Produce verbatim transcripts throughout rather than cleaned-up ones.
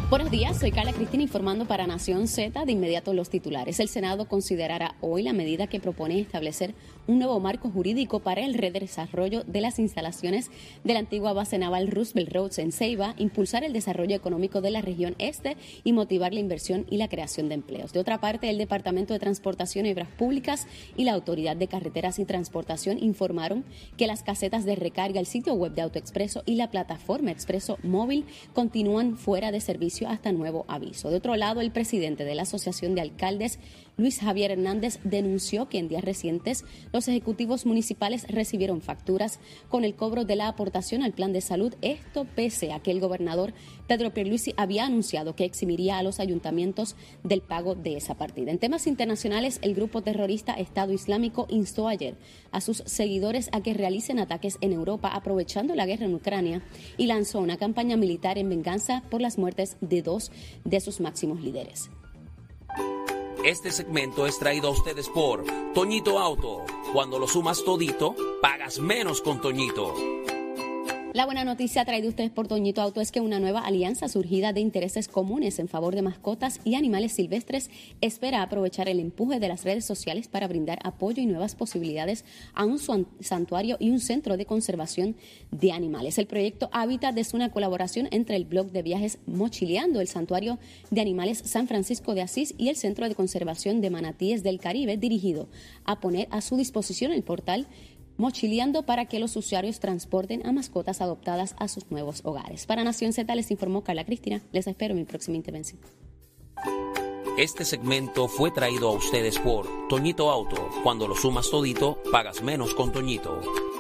Buenos días, soy Carla Cristina informando para Nación Z. De inmediato los titulares. El Senado considerará hoy la medida que propone establecer un nuevo marco jurídico para el redesarrollo de las instalaciones de la antigua base naval Roosevelt Roads en Ceiba, impulsar el desarrollo económico de la región este y motivar la inversión y la creación de empleos. De otra parte, el Departamento de Transportación y Obras Públicas y la Autoridad de Carreteras y Transportación informaron que las casetas de recarga, el sitio web de AutoExpreso y la plataforma Expreso Móvil continúan fuera de servicio hasta nuevo aviso. De otro lado, el presidente de la Asociación de Alcaldes, Luis Javier Hernández, denunció que en días recientes los ejecutivos municipales recibieron facturas con el cobro de la aportación al plan de salud, esto pese a que el gobernador Pedro Pierluisi había anunciado que eximiría a los ayuntamientos del pago de esa partida. En temas internacionales, el grupo terrorista Estado Islámico instó ayer a sus seguidores a que realicen ataques en Europa aprovechando la guerra en Ucrania y lanzó una campaña militar en venganza por las muertes de dos de sus máximos líderes. Este segmento es traído a ustedes por Toñito Auto. Cuando lo sumas todito, pagas menos con Toñito. La buena noticia traída a ustedes por Toñito Auto es que una nueva alianza surgida de intereses comunes en favor de mascotas y animales silvestres espera aprovechar el empuje de las redes sociales para brindar apoyo y nuevas posibilidades a un santuario y un centro de conservación de animales. El proyecto Hábitat es una colaboración entre el blog de viajes Mochileando, el Santuario de Animales San Francisco de Asís y el Centro de Conservación de Manatíes del Caribe, dirigido a poner a su disposición el portal Mochileando para que los usuarios transporten a mascotas adoptadas a sus nuevos hogares. Para Nación Z les informó Carla Cristina. Les espero en mi próxima intervención. Este segmento fue traído a ustedes por Toñito Auto. Cuando lo sumas todito, pagas menos con Toñito.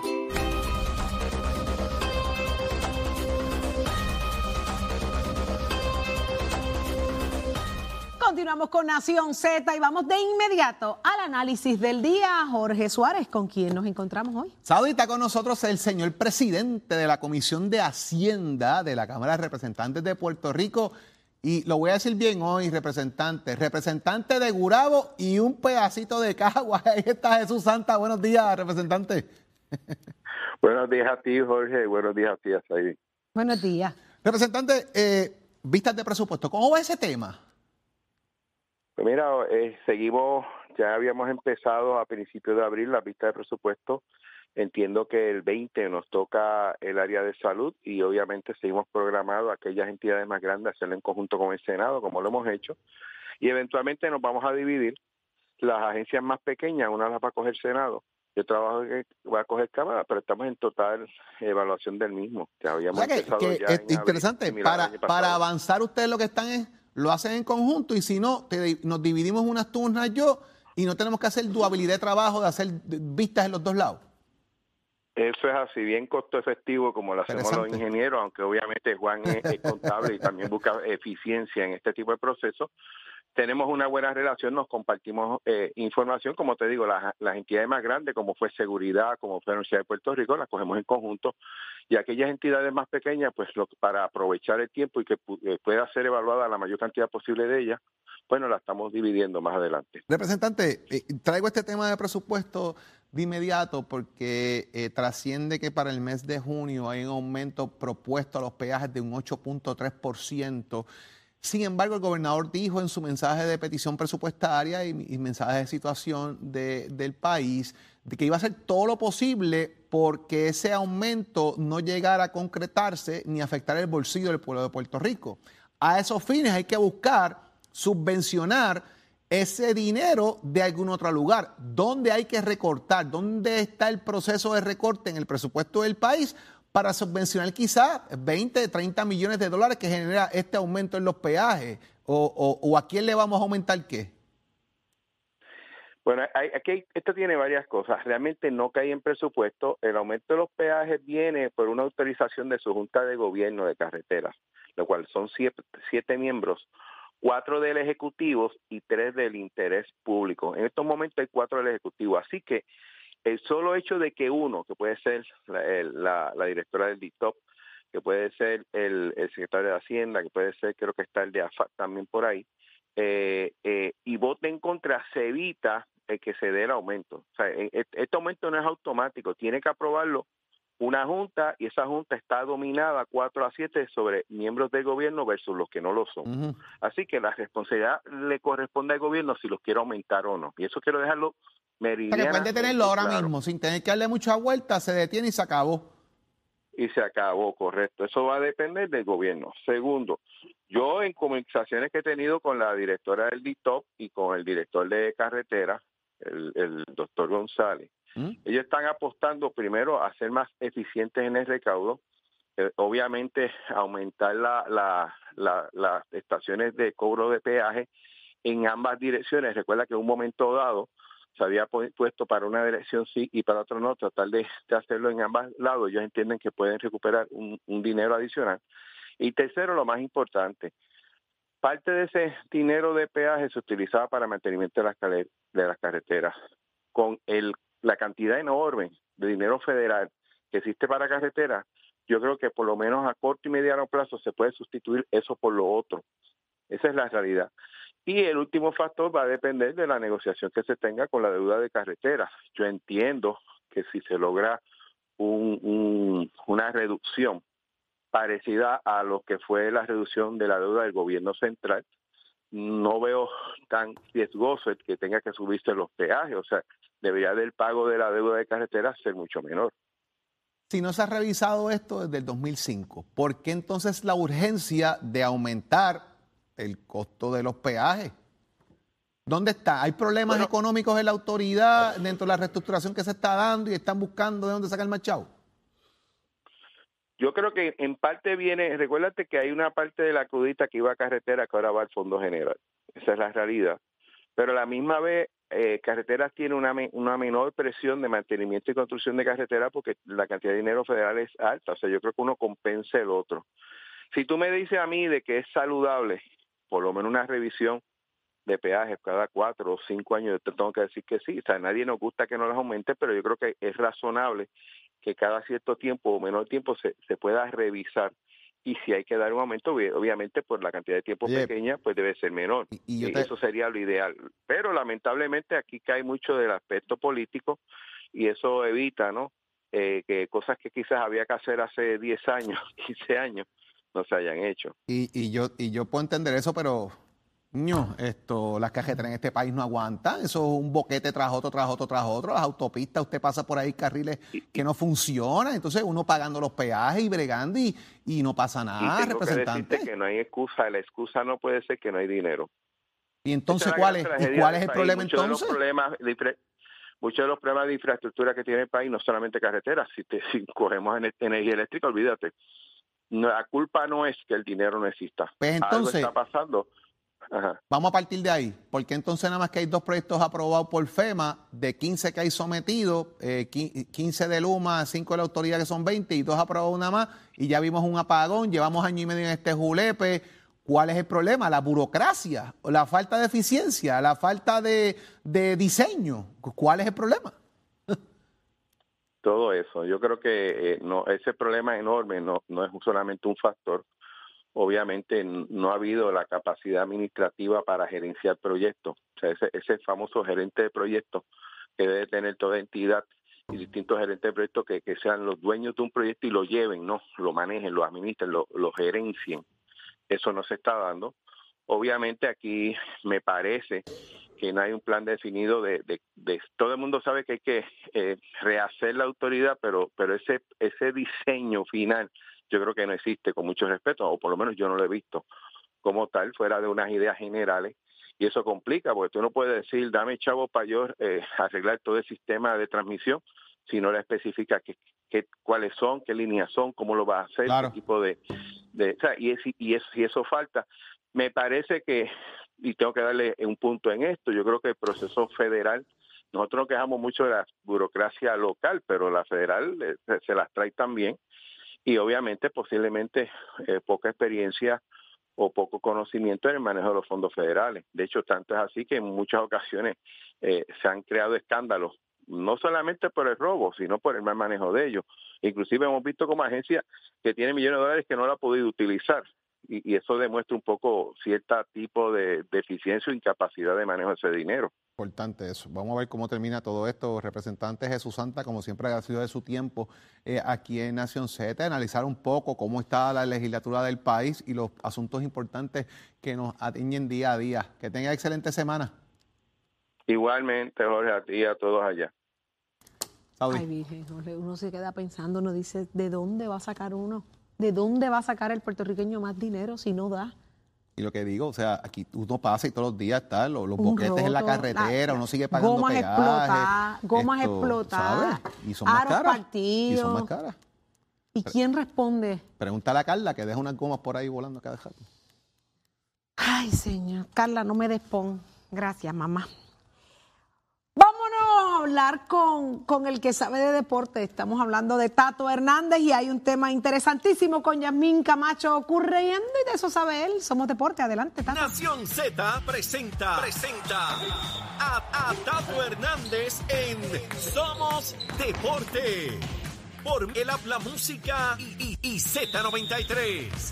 Continuamos con Nación Z y vamos de inmediato al análisis del día. Jorge Suárez, ¿con quién nos encontramos hoy? Saudi, está con nosotros el señor presidente de la Comisión de Hacienda de la Cámara de Representantes de Puerto Rico. Y lo voy a decir bien hoy, representante. Representante de Gurabo y un pedacito de Cagua. Ahí está Jesús Santa. Buenos días, representante. Buenos días a ti, Jorge. Buenos días a ti, Saudi. Buenos días. Representante, eh, vistas de presupuesto. ¿Cómo va ese tema? Pues mira, eh, seguimos, ya habíamos empezado a principios de abril la vista de presupuesto. Entiendo que el veinte nos toca el área de salud y obviamente seguimos programados aquellas entidades más grandes hacerlo en conjunto con el Senado, como lo hemos hecho. Y eventualmente nos vamos a dividir las agencias más pequeñas, una las va a coger Senado, yo trabajo que va a coger Cámara, pero estamos en total evaluación del mismo. Ya habíamos o sea que, empezado que ya es en interesante, abril, para, para avanzar ustedes lo que están es, lo hacen en conjunto y si no, te, nos dividimos unas tú, unas yo y no tenemos que hacer duabilidad de trabajo, de hacer vistas en los dos lados. Eso es así, bien costo efectivo como lo hacemos los ingenieros, aunque obviamente Juan es, es contable y también busca eficiencia en este tipo de procesos. Tenemos una buena relación, nos compartimos eh, información, como te digo, las, las entidades más grandes, como fue Seguridad, como fue la Universidad de Puerto Rico, las cogemos en conjunto, y aquellas entidades más pequeñas, pues lo, para aprovechar el tiempo y que eh, pueda ser evaluada la mayor cantidad posible de ellas, bueno, la estamos dividiendo más adelante. Representante, eh, traigo este tema de presupuesto de inmediato porque eh, trasciende que para el mes de junio hay un aumento propuesto a los peajes de un ocho punto tres por ciento. Sin embargo, el gobernador dijo en su mensaje de petición presupuestaria y, y mensaje de situación de, del país de que iba a hacer todo lo posible porque ese aumento no llegara a concretarse ni afectar el bolsillo del pueblo de Puerto Rico. A esos fines hay que buscar subvencionar ese dinero de algún otro lugar. ¿Dónde hay que recortar? ¿Dónde está el proceso de recorte en el presupuesto del país para subvencionar quizás veinte, treinta millones de dólares que genera este aumento en los peajes? ¿O, o, o a quién le vamos a aumentar qué? Bueno, hay, aquí esto tiene varias cosas. Realmente no cae en presupuesto. El aumento de los peajes viene por una autorización de su Junta de Gobierno de Carreteras, lo cual son siete, siete miembros, cuatro del Ejecutivo y tres del interés público. En estos momentos hay cuatro del Ejecutivo, así que el solo hecho de que uno, que puede ser la, la, la directora del D I T O P, que puede ser el, el secretario de Hacienda, que puede ser, creo que está el de A F A C también por ahí, eh, eh, y vote en contra, se evita eh, que se dé el aumento. O sea, este aumento no es automático, tiene que aprobarlo una junta y esa junta está dominada cuatro a siete sobre miembros del gobierno versus los que no lo son. Uh-huh. Así que la responsabilidad le corresponde al gobierno si los quiere aumentar o no. Y eso quiero dejarlo meridiano. Que pueden detenerlo ahora claro. mismo, sin tener que darle mucha vuelta, se detiene y se acabó. Y se acabó, correcto. Eso va a depender del gobierno. Segundo, yo en conversaciones que he tenido con la directora del D I T O P y con el director de carretera, el, el doctor González, ¿Mm? ellos están apostando primero a ser más eficientes en el recaudo, eh, obviamente aumentar la, la, la, las estaciones de cobro de peaje en ambas direcciones. Recuerda que en un momento dado se había puesto para una dirección sí y para otra no, tratar de, de hacerlo en ambos lados. Ellos entienden que pueden recuperar un, un dinero adicional. Y tercero, lo más importante, parte de ese dinero de peaje se utilizaba para mantenimiento de las, de las carreteras. Con el, la cantidad enorme de dinero federal que existe para carreteras, yo creo que por lo menos a corto y mediano plazo se puede sustituir eso por lo otro. Esa es la realidad. Y el último factor va a depender de la negociación que se tenga con la deuda de carreteras. Yo entiendo que si se logra un, un, una reducción parecida a lo que fue la reducción de la deuda del gobierno central, no veo tan riesgoso el que tenga que subirse los peajes. O sea, debería del pago de la deuda de carreteras ser mucho menor. Si no se ha revisado esto desde el dos mil cinco, ¿por qué entonces la urgencia de aumentar el costo de los peajes? ¿Dónde está? ¿Hay problemas bueno, económicos en la autoridad dentro de la reestructuración que se está dando y están buscando de dónde sacar el machado? Yo creo que en parte viene, recuérdate que hay una parte de la crudita que iba a carretera que ahora va al Fondo General. Esa es la realidad. Pero a la misma vez, eh, carreteras tiene una, una menor presión de mantenimiento y construcción de carreteras porque la cantidad de dinero federal es alta. O sea, yo creo que uno compensa el otro. Si tú me dices a mí de que es saludable por lo menos una revisión de peajes cada cuatro o cinco años, yo te tengo que decir que sí. O sea, a nadie nos gusta que no las aumente, pero yo creo que es razonable que cada cierto tiempo o menor tiempo se, se pueda revisar. Y si hay que dar un aumento, obviamente por la cantidad de tiempo Oye, pequeña, pues debe ser menor. Y, y te... Eso sería lo ideal. Pero lamentablemente aquí cae mucho del aspecto político y eso evita, ¿no? Eh, que cosas que quizás había que hacer hace diez años, quince años, no se hayan hecho. Y, y yo y yo puedo entender eso, pero no, esto, las carreteras en este país no aguantan. Eso es un boquete tras otro, tras otro, tras otro. Las autopistas, usted pasa por ahí carriles que no funcionan. Entonces uno pagando los peajes y bregando y, y no pasa nada, y tengo representante. Que decirte que no hay excusa. La excusa no puede ser que no hay dinero. ¿Y entonces cuál es, ¿y cuál es el problema muchos entonces? De los problemas de, muchos de los problemas de infraestructura que tiene el país, no solamente carreteras. Si, te, si cogemos energía eléctrica, olvídate. La culpa no es que el dinero no exista. Pues entonces, algo está pasando. Ajá. Vamos a partir de ahí, porque entonces nada más que hay dos proyectos aprobados por FEMA, de quince que hay sometidos, eh, quince de Luma, cinco de la autoridad que son veinte y dos aprobados nada más, y ya vimos un apagón, llevamos año y medio en este julepe. ¿Cuál es el problema? La burocracia, la falta de eficiencia, la falta de, de diseño. ¿Cuál es el problema? Todo eso. Yo creo que eh, no, ese problema enorme no, no es solamente un factor. Obviamente no ha habido la capacidad administrativa para gerenciar proyectos. O sea, ese, ese famoso gerente de proyectos que debe tener toda entidad y distintos gerentes de proyectos que, que sean los dueños de un proyecto y lo lleven, no, lo manejen, lo administren, lo, lo gerencien. Eso no se está dando. Obviamente aquí me parece que no hay un plan definido de, de, de todo el mundo sabe que hay que eh, rehacer la autoridad, pero, pero ese, ese diseño final yo creo que no existe, con mucho respeto, o por lo menos yo no lo he visto como tal, fuera de unas ideas generales, y eso complica, porque tú no puedes decir, dame chavo para yo eh, arreglar todo el sistema de transmisión, si no le especifica qué, qué, cuáles son, qué líneas son, cómo lo vas a hacer, claro. qué tipo de... de o sea, y, es, y es, si eso falta, me parece que, y tengo que darle un punto en esto, yo creo que el proceso federal, nosotros nos quejamos mucho de la burocracia local, pero la federal eh, se las trae también, y obviamente posiblemente eh, poca experiencia o poco conocimiento en el manejo de los fondos federales. De hecho, tanto es así que en muchas ocasiones eh, se han creado escándalos, no solamente por el robo, sino por el mal manejo de ellos. Inclusive hemos visto como agencia que tiene millones de dólares que no la ha podido utilizar. y, y eso demuestra un poco cierto tipo de deficiencia o incapacidad de manejo de ese dinero. Importante eso. Vamos a ver cómo termina todo esto. Representante Jesús Santa, como siempre ha sido de su tiempo eh, aquí en Nación Z, analizar un poco cómo está la legislatura del país y los asuntos importantes que nos atañen día a día. Que tenga excelente semana. Igualmente, Jorge, a ti y a todos allá. Saudi. Ay, Virgen, Jorge, uno se queda pensando, uno dice, ¿de dónde va a sacar uno? ¿De dónde va a sacar el puertorriqueño más dinero si no da? Y lo que digo, o sea, aquí uno pasa y todos los días están los, los Un boquetes roto, en la carretera, la- uno sigue pagando gomas peajes. explotadas, gomas esto, explotadas, ¿sabes? Y son más aros caras. Y partidos. son más caras. ¿Y quién responde? Pregúntale a Carla que deja unas gomas por ahí volando cada rato. Ay, señor. Carla, no me despon. Gracias, mamá. Vámonos a hablar con, con el que sabe de deporte. Estamos hablando de Tato Hernández y hay un tema interesantísimo con Yasmín Camacho ocurriendo y de eso sabe él. Somos deporte. Adelante, Tato. Nación Z presenta, presenta a, a Tato Hernández en Somos Deporte por el Habla Música y, y, y Z noventa y tres.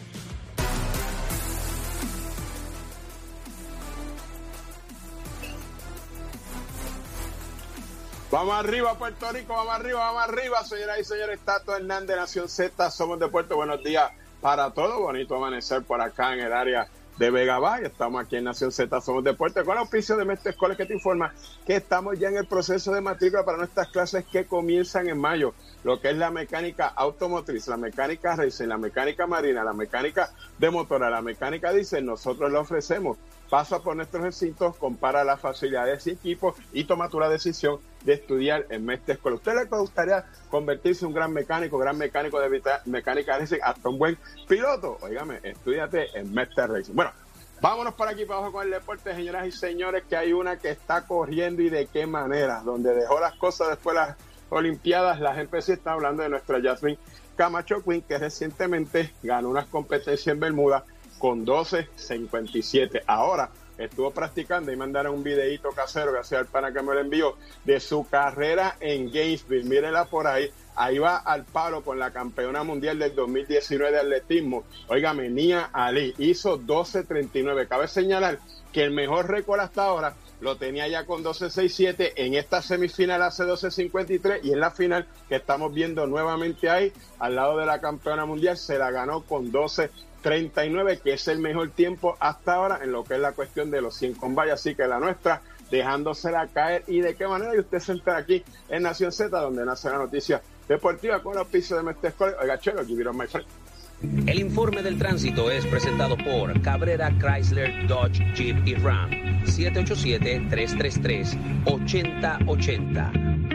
Vamos arriba, Puerto Rico, vamos arriba, vamos arriba, señoras y señores. Tato Hernández, Nación Z, Somos Deporte. Buenos días para todos. Bonito amanecer por acá en el área de Vega Baja. Estamos aquí en Nación Z, Somos Deporte, con el auspicio de Mestre Escoles, que te informa que estamos ya en el proceso de matrícula para nuestras clases que comienzan en mayo. Lo que es la mecánica automotriz, la mecánica racing, la mecánica marina, la mecánica de motora, la mecánica diésel, nosotros le ofrecemos. Pasa por nuestros recintos, compara las facilidades y equipos y toma tu la decisión de estudiar en Mestre Escoles. ¿Usted le gustaría convertirse en un gran mecánico, gran mecánico de vita- mecánica racing, hasta un buen piloto? Óigame, estudiate en Mestre Racing. Bueno, vámonos para aquí para abajo con el deporte, señoras y señores, que hay una que está corriendo y de qué manera, donde dejó las cosas después de las Olimpiadas. La gente sí está hablando de nuestra Yasmín Camacho Queen, que recientemente ganó unas competencias en Bermuda con doce cincuenta y siete. Ahora estuvo practicando y mandaron un videíto casero que hacía el pana que me lo envió de su carrera en Gainesville. Mírenla por ahí. Ahí va al palo con la campeona mundial del dos mil diecinueve de atletismo. Óigame, Nia Ali hizo doce treinta y nueve. Cabe señalar que el mejor récord hasta ahora lo tenía ya con doce sesenta y siete. En esta semifinal hace doce cincuenta y tres y en la final que estamos viendo nuevamente ahí, al lado de la campeona mundial, se la ganó con doce treinta y nueve, que es el mejor tiempo hasta ahora en lo que es la cuestión de los cien combates. Así que la nuestra dejándosela caer. ¿Y de qué manera? Y usted se entera aquí en Nación Z, donde nace la noticia deportiva con el auspicio de Mestre Escoles. Oiga, chelo, give it on my friend. El informe del tránsito es presentado por Cabrera Chrysler Dodge Jeep y Ram. siete ocho siete, tres tres tres, ocho cero ocho cero.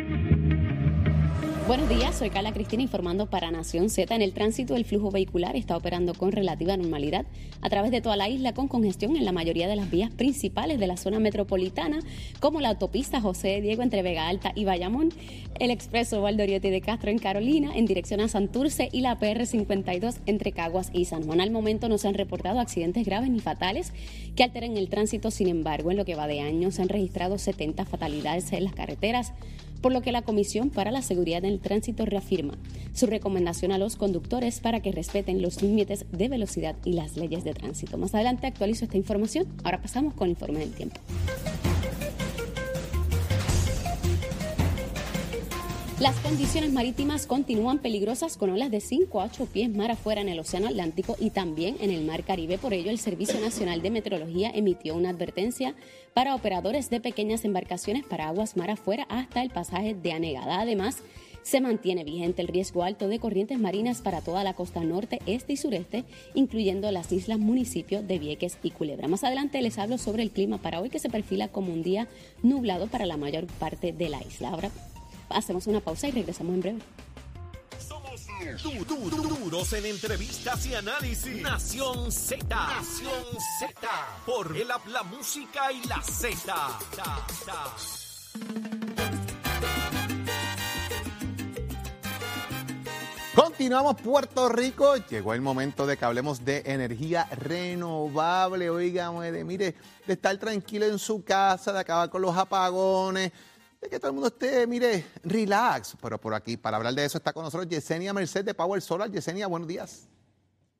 Buenos días, soy Carla Cristina informando para Nación Z. En el tránsito, el flujo vehicular está operando con relativa normalidad a través de toda la isla, con congestión en la mayoría de las vías principales de la zona metropolitana, como la autopista José Diego entre Vega Alta y Bayamón, el expreso Valdoriotti de Castro en Carolina en dirección a Santurce y la P R cincuenta y dos entre Caguas y San Juan. Al momento no se han reportado accidentes graves ni fatales que alteren el tránsito. Sin embargo, en lo que va de año se han registrado setenta fatalidades en las carreteras, por lo que la Comisión para la Seguridad en el Tránsito reafirma su recomendación a los conductores para que respeten los límites de velocidad y las leyes de tránsito. Más adelante actualizo esta información. Ahora pasamos con el informe del tiempo. Las condiciones marítimas continúan peligrosas con olas de cinco a ocho pies mar afuera en el Océano Atlántico y también en el Mar Caribe. Por ello, el Servicio Nacional de Meteorología emitió una advertencia para operadores de pequeñas embarcaciones para aguas mar afuera hasta el pasaje de Anegada. Además, se mantiene vigente el riesgo alto de corrientes marinas para toda la costa norte, este y sureste, incluyendo las islas municipios de Vieques y Culebra. Más adelante les hablo sobre el clima para hoy, que se perfila como un día nublado para la mayor parte de la isla. Ahora hacemos una pausa y regresamos en breve. Somos du- du- du- duros en entrevistas y análisis. Nación Z. Nación Z. Por el Habla Música y la Z. Ta, ta. Continuamos, Puerto Rico. Llegó el momento de que hablemos de energía renovable. Oígame, de mire, de estar tranquilo en su casa, de acabar con los apagones, de que todo el mundo esté, mire, relax. Pero por aquí, para hablar de eso, está con nosotros Yesenia Merced de Power Solar. Yesenia, buenos días.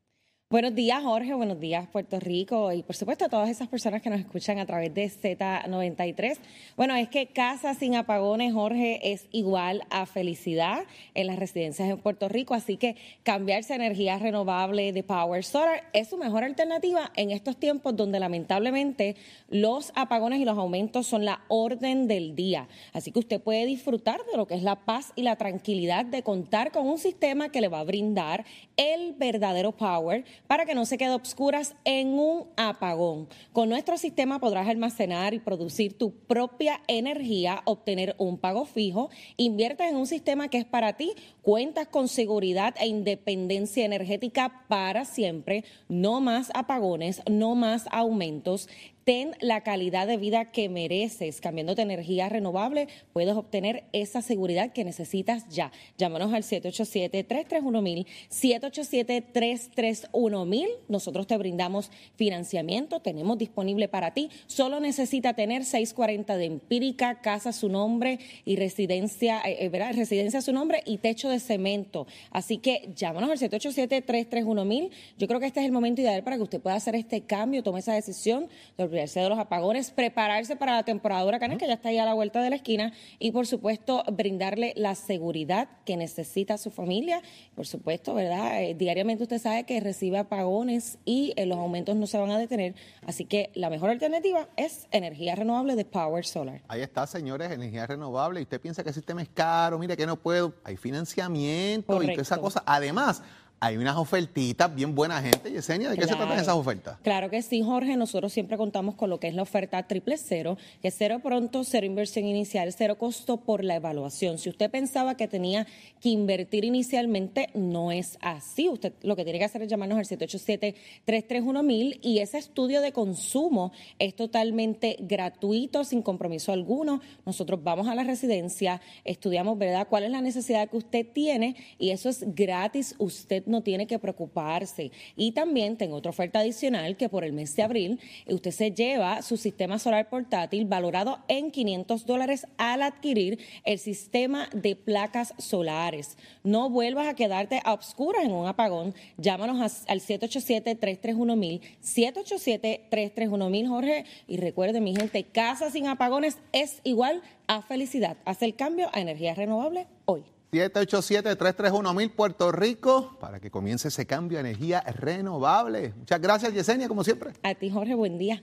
Buenos días, Jorge. Buenos días, Puerto Rico. Y, por supuesto, a todas esas personas que nos escuchan a través de Z noventa y tres. Bueno, es que casa sin apagones, Jorge, es igual a felicidad en las residencias en Puerto Rico. Así que cambiarse a energía renovable de Power Solar es su mejor alternativa en estos tiempos donde, lamentablemente, los apagones y los aumentos son la orden del día. Así que usted puede disfrutar de lo que es la paz y la tranquilidad de contar con un sistema que le va a brindar el verdadero power para que no se quede a obscuras en un apagón. Con nuestro sistema podrás almacenar y producir tu propia energía, obtener un pago fijo, inviertes en un sistema que es para ti, cuentas con seguridad e independencia energética para siempre, no más apagones, no más aumentos. Ten la calidad de vida que mereces. Cambiándote energía renovable, puedes obtener esa seguridad que necesitas ya. Llámanos al siete ocho siete, tres tres uno, mil, siete ocho siete, tres tres uno, mil. Nosotros te brindamos financiamiento, tenemos disponible para ti. Solo necesita tener seiscientos cuarenta de empírica, casa a su nombre y residencia, eh, ¿verdad? Residencia a su nombre y techo de cemento. Así que llámanos al siete ocho siete, tres tres uno, mil. Yo creo que este es el momento ideal para que usted pueda hacer este cambio, tome esa decisión de de los apagones, prepararse para la temporada de huracanes, que ya está ahí a la vuelta de la esquina, y por supuesto brindarle la seguridad que necesita su familia. Por supuesto, ¿verdad? Eh, diariamente usted sabe que recibe apagones y eh, los aumentos no se van a detener, así que la mejor alternativa es energía renovable de Power Solar. Ahí está, señores, energía renovable, y usted piensa que el sistema es caro, mire que no puedo, hay financiamiento. Correcto. Y toda esa cosa. Además, hay unas ofertitas bien buenas, gente. Yesenia, ¿de qué claro. se tratan esas ofertas? Claro que sí, Jorge. Nosotros siempre contamos con lo que es la oferta triple cero, que es cero pronto, cero inversión inicial, cero costo por la evaluación. Si usted pensaba que tenía que invertir inicialmente, no es así. Usted lo que tiene que hacer es llamarnos al siete ocho siete, tres tres uno, mil, y ese estudio de consumo es totalmente gratuito, sin compromiso alguno. Nosotros vamos a la residencia, estudiamos, ¿verdad?, cuál es la necesidad que usted tiene, y eso es gratis. Usted no tiene que preocuparse. Y también tengo otra oferta adicional, que por el mes de abril usted se lleva su sistema solar portátil valorado en quinientos dólares al adquirir el sistema de placas solares. No vuelvas a quedarte a obscuras en un apagón. Llámanos a, al siete ocho siete, tres tres uno, mil, siete ocho siete, tres tres uno, mil, Jorge. Y recuerde, mi gente, casa sin apagones es igual a felicidad. Haz el cambio a energía renovable hoy. siete ocho siete, tres tres uno, mil, Puerto Rico, para que comience ese cambio a energía renovable. Muchas gracias, Yesenia, como siempre. A ti, Jorge, buen día.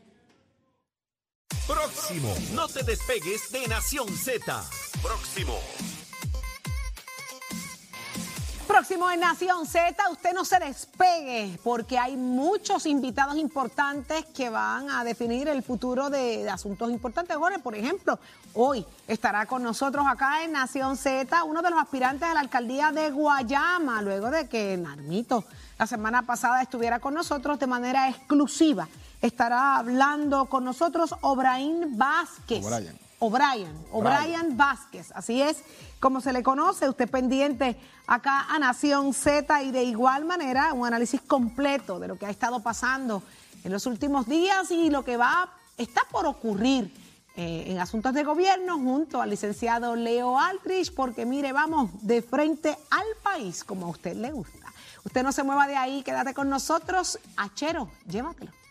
Próximo, no te despegues de Nación Z. Próximo. Próximo en Nación Z, usted no se despegue porque hay muchos invitados importantes que van a definir el futuro de, de asuntos importantes. Jorge, por ejemplo, hoy estará con nosotros acá en Nación Z uno de los aspirantes a la alcaldía de Guayama, luego de que Narmito la semana pasada estuviera con nosotros de manera exclusiva. Estará hablando con nosotros Obraín Vázquez. O'Brien. O'Brien, O'Brien Vázquez, así es como se le conoce. Usted pendiente acá a Nación Z, y de igual manera un análisis completo de lo que ha estado pasando en los últimos días y lo que va, está por ocurrir eh, en asuntos de gobierno junto al licenciado Leo Aldrich, porque mire, vamos de frente al país como a usted le gusta. Usted no se mueva de ahí, quédate con nosotros. Achero, llévatelo.